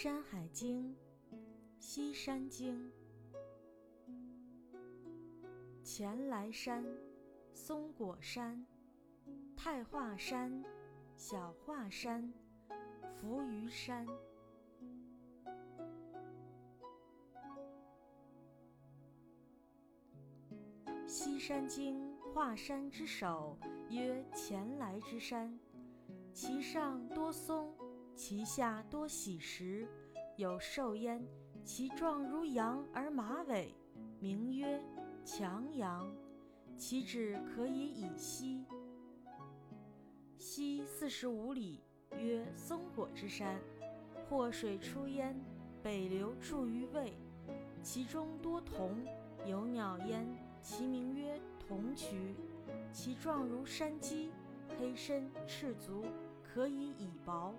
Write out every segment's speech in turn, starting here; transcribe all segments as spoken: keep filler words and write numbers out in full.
山海经·西山经。前来山，松果山，太华山，小华山，扶余山。西山经华山之首，曰前来之山，其上多松，其下多喜石，有兽焉，其状如羊而马尾，名曰强羊，其趾可以以息。西四十五里，曰松果之山，祸水出焉，北流注于渭，其中多铜，有鸟焉，其名曰铜渠，其状如山鸡，黑身赤足，可以以薄。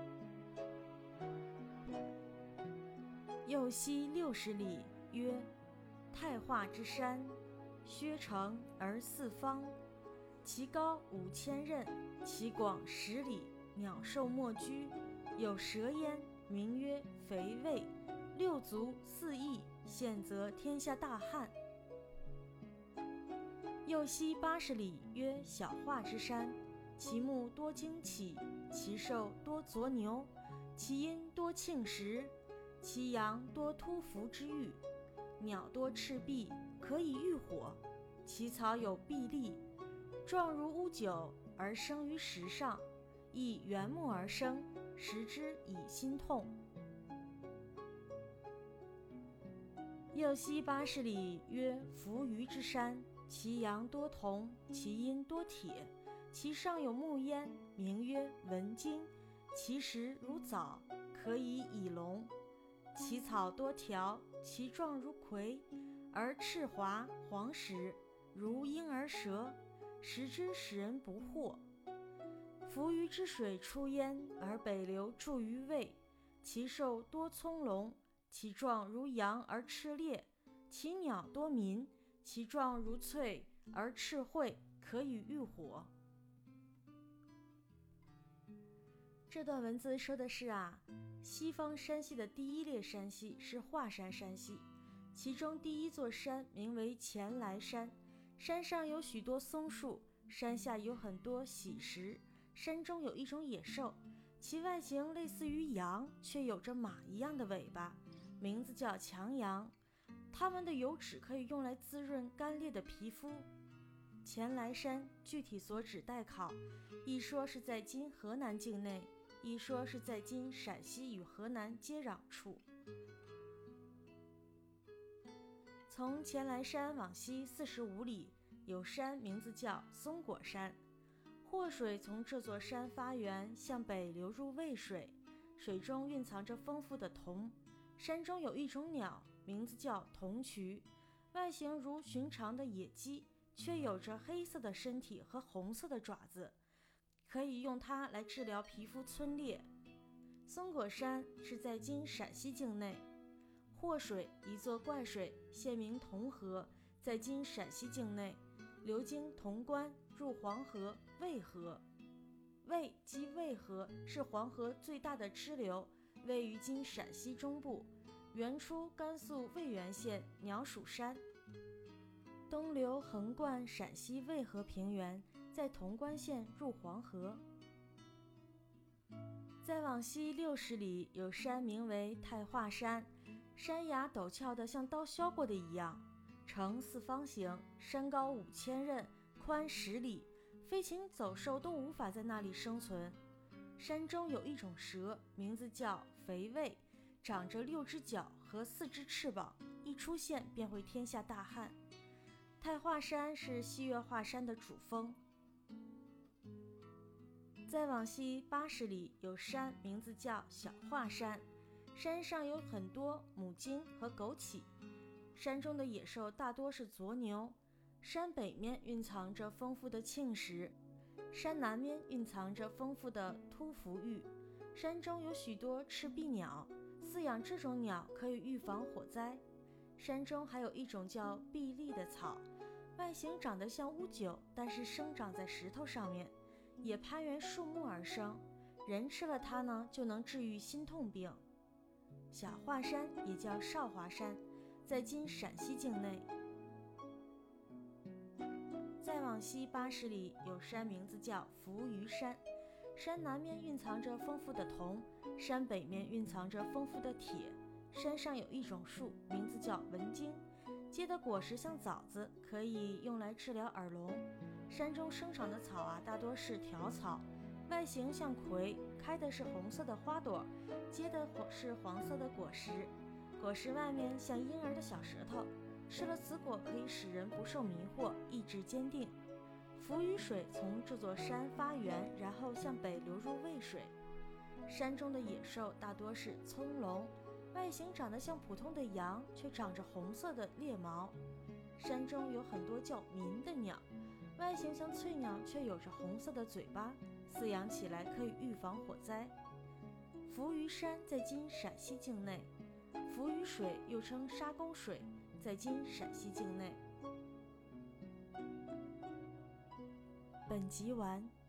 右西六十里，曰太华之山，削成而四方，其高五千仞，其广十里，鸟兽莫居，有蛇焉，名曰肥胃，六足四翼，现则天下大旱。右西八十里，曰小华之山，其木多荆杞，其兽多左牛，其阴多磬石，其阳多突凫之玉，鸟多赤壁，可以御火，其草有薜粒，状如乌酒，而生于石上，亦原木而生，食之以心痛。右西八十里，曰扶余之山，其阳多铜，其阴多铁，其上有木焉，名曰文经，其实如枣，可以以龙，其草多条，其状如葵，而赤滑黄实，如婴儿舌，食之使人不惑。扶余之水出焉，而北流注于渭，其兽多葱胧，其状如羊而赤猎，其鸟多鸣，其状如翠而赤喙，可以御火。这段文字说的是啊，西方山系的第一列山系是华山山系，其中第一座山名为前来山，山上有许多松树，山下有很多喜石，山中有一种野兽，其外形类似于羊，却有着马一样的尾巴，名字叫强羊，它们的油脂可以用来滋润干裂的皮肤。前来山具体所指待考，一说是在今河南境内，一说是在今陕西与河南接壤处。从前来山往西四十五里，有山名字叫松果山，祸水从这座山发源，向北流入渭水，水中蕴藏着丰富的铜。山中有一种鸟，名字叫铜渠，外形如寻常的野鸡，却有着黑色的身体和红色的爪子，可以用它来治疗皮肤皴裂。松果山是在今陕西境内，祸水一座怪水，现名铜河，在今陕西境内，流经潼关，入黄河、渭河。渭即渭河，是黄河最大的支流，位于今陕西中部，源出甘肃渭源县鸟属山，东流横贯陕西渭河平原，在潼关县入黄河。再往西六十里，有山名为太华山，山崖陡峭的像刀削过的一样，呈四方形，山高五千仞，宽十里，飞禽走兽都无法在那里生存。山中有一种蛇，名字叫肥胃，长着六只脚和四只翅膀，一出现便会天下大旱。太华山是西岳华山的主峰。再往西八十里，有山名字叫小华山，山上有很多母鲸和枸杞，山中的野兽大多是左牛，山北面蕴藏着丰富的磬石，山南面蕴藏着丰富的突凫玉，山中有许多赤壁鸟，饲养这种鸟可以预防火灾。山中还有一种叫薜粒的草，外形长得像乌酒，但是生长在石头上面，也攀援树木而生，人吃了它呢，就能治愈心痛病。 小华山也叫少华山，在今陕西境内。再往西八十里有山，名字叫扶余山。山南面蕴藏着丰富的铜，山北面蕴藏着丰富的铁。山上有一种树，名字叫文荆，结的果实像枣子，可以用来治疗耳聋。山中生长的草啊，大多是条草，外形像葵，开的是红色的花朵，结的是黄色的果实，果实外面像婴儿的小舌头。吃了此果可以使人不受迷惑，意志坚定。扶余水从这座山发源，然后向北流入渭水。山中的野兽大多是葱龙，外形长得像普通的羊，却长着红色的鬣毛。山中有很多叫鸣的鸟，外形像翠鸟，却有着红色的嘴巴，饲养起来可以预防火灾。扶余山在今陕西境内，扶余水又称沙沟水，在今陕西境内。本集完。